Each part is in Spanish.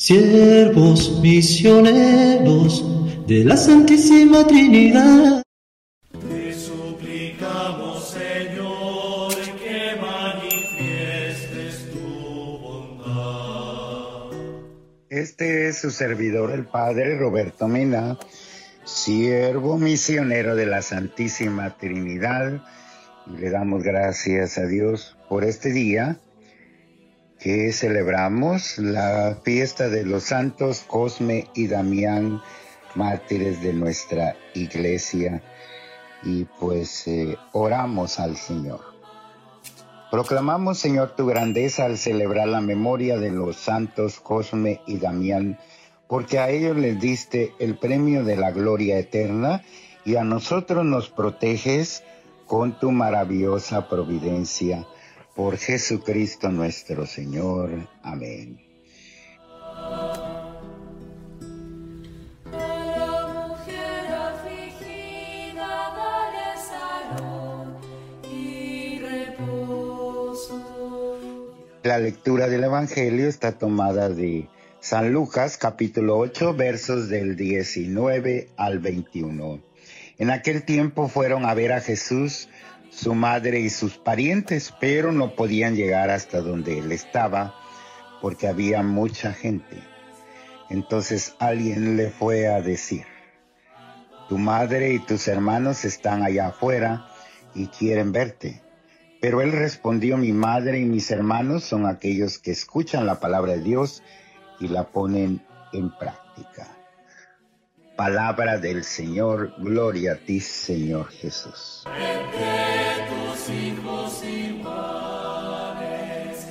Siervos misioneros de la Santísima Trinidad. Te suplicamos, Señor, que manifiestes tu bondad. Este es su servidor, el Padre Roberto Mena, siervo misionero de la Santísima Trinidad, y le damos gracias a Dios por este día que celebramos la fiesta de los santos Cosme y Damián, mártires de nuestra iglesia, y pues oramos al Señor. Proclamamos, Señor, tu grandeza al celebrar la memoria de los santos Cosme y Damián, porque a ellos les diste el premio de la gloria eterna y a nosotros nos proteges con tu maravillosa providencia. Por Jesucristo nuestro Señor. Amén. La lectura del Evangelio está tomada de San Lucas, capítulo 8, versos del 19 al 21. En aquel tiempo fueron a ver a Jesús, su madre y sus parientes, pero no podían llegar hasta donde él estaba, porque había mucha gente. Entonces alguien le fue a decir: tu madre y tus hermanos están allá afuera y quieren verte. Pero él respondió: mi madre y mis hermanos son aquellos que escuchan la palabra de Dios y la ponen en práctica. Palabra del Señor, gloria a ti, Señor Jesús. Entre tus hijos iguales.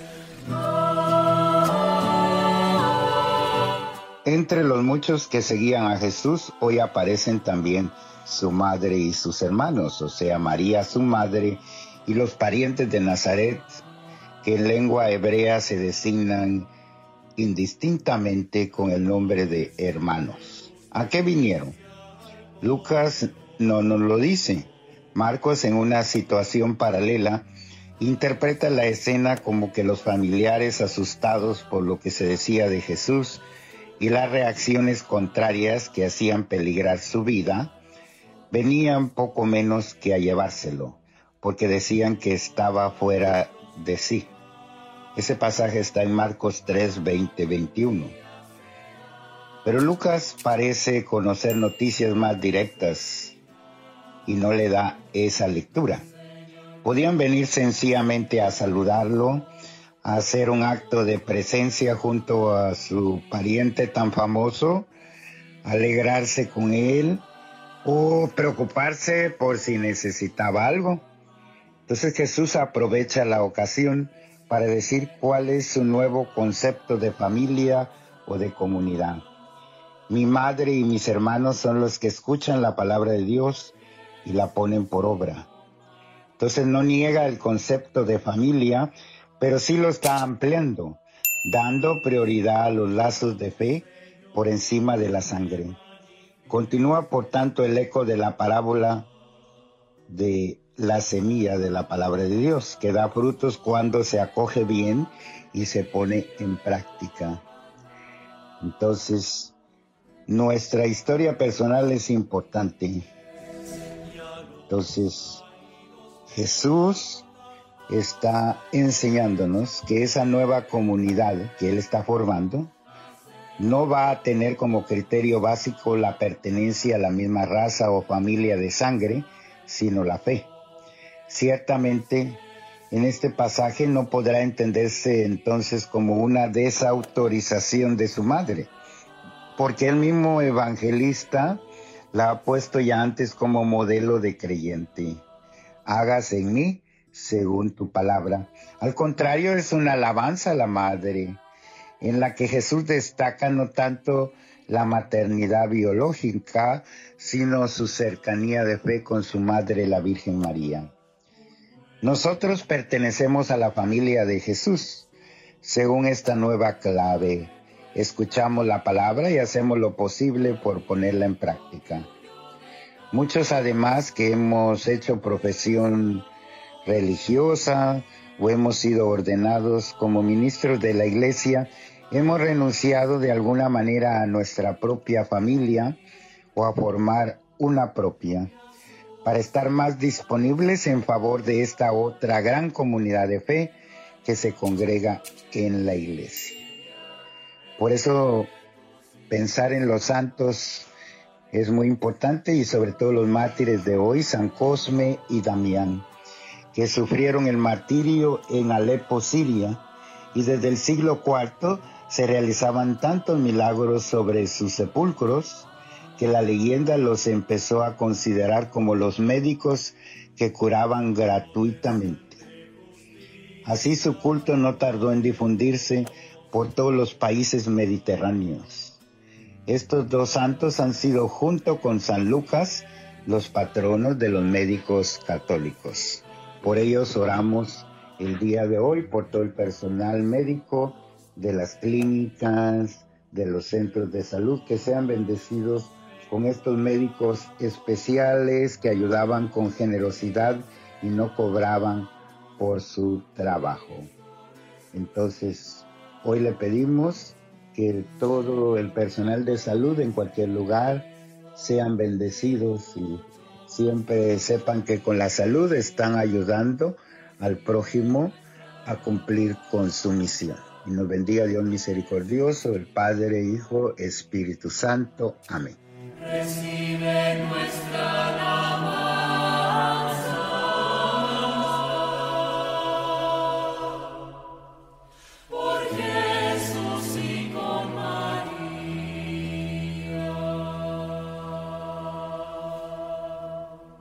Entre los muchos que seguían a Jesús, hoy aparecen también su madre y sus hermanos, o sea, María, su madre, y los parientes de Nazaret, que en lengua hebrea se designan indistintamente con el nombre de hermanos. ¿A qué vinieron? Lucas no nos lo dice. Marcos, en una situación paralela, interpreta la escena como que los familiares, asustados por lo que se decía de Jesús y las reacciones contrarias que hacían peligrar su vida, venían poco menos que a llevárselo, porque decían que estaba fuera de sí. Ese pasaje está en Marcos 3, 20, 21. Pero Lucas parece conocer noticias más directas y no le da esa lectura. Podían venir sencillamente a saludarlo, a hacer un acto de presencia junto a su pariente tan famoso, alegrarse con él o preocuparse por si necesitaba algo. Entonces Jesús aprovecha la ocasión para decir cuál es su nuevo concepto de familia o de comunidad. Mi madre y mis hermanos son los que escuchan la palabra de Dios y la ponen por obra. Entonces no niega el concepto de familia, pero sí lo está ampliando, dando prioridad a los lazos de fe por encima de la sangre. Continúa, por tanto, el eco de la parábola de la semilla de la palabra de Dios, que da frutos cuando se acoge bien y se pone en práctica. Entonces, nuestra historia personal es importante. Entonces, Jesús está enseñándonos que esa nueva comunidad que Él está formando no va a tener como criterio básico la pertenencia a la misma raza o familia de sangre, sino la fe. Ciertamente, en este pasaje no podrá entenderse entonces como una desautorización de su madre, porque el mismo evangelista la ha puesto ya antes como modelo de creyente. Hágase en mí según tu palabra. Al contrario, es una alabanza a la madre, en la que Jesús destaca no tanto la maternidad biológica, sino su cercanía de fe con su madre, la Virgen María. Nosotros pertenecemos a la familia de Jesús, según esta nueva clave. Escuchamos la palabra y hacemos lo posible por ponerla en práctica. Muchos, además, que hemos hecho profesión religiosa o hemos sido ordenados como ministros de la Iglesia, Hemos renunciado de alguna manera a nuestra propia familia o a formar una propia, para estar más disponibles en favor de esta otra gran comunidad de fe que se congrega en la iglesia. Por eso pensar en los santos es muy importante, y sobre todo los mártires de hoy, San Cosme y Damián, que sufrieron el martirio en Alepo, Siria, y desde el siglo IV se realizaban tantos milagros sobre sus sepulcros que la leyenda los empezó a considerar como los médicos que curaban gratuitamente. Así su culto no tardó en difundirse por todos los países mediterráneos. Estos dos santos han sido, junto con San Lucas, los patronos de los médicos católicos. Por ellos oramos el día de hoy por todo el personal médico de las clínicas, de los centros de salud, que sean bendecidos con estos médicos especiales que ayudaban con generosidad y no cobraban por su trabajo. Entonces, hoy le pedimos que todo el personal de salud en cualquier lugar sean bendecidos y siempre sepan que con la salud están ayudando al prójimo a cumplir con su misión. Y nos bendiga Dios misericordioso, el Padre, Hijo, Espíritu Santo. Amén.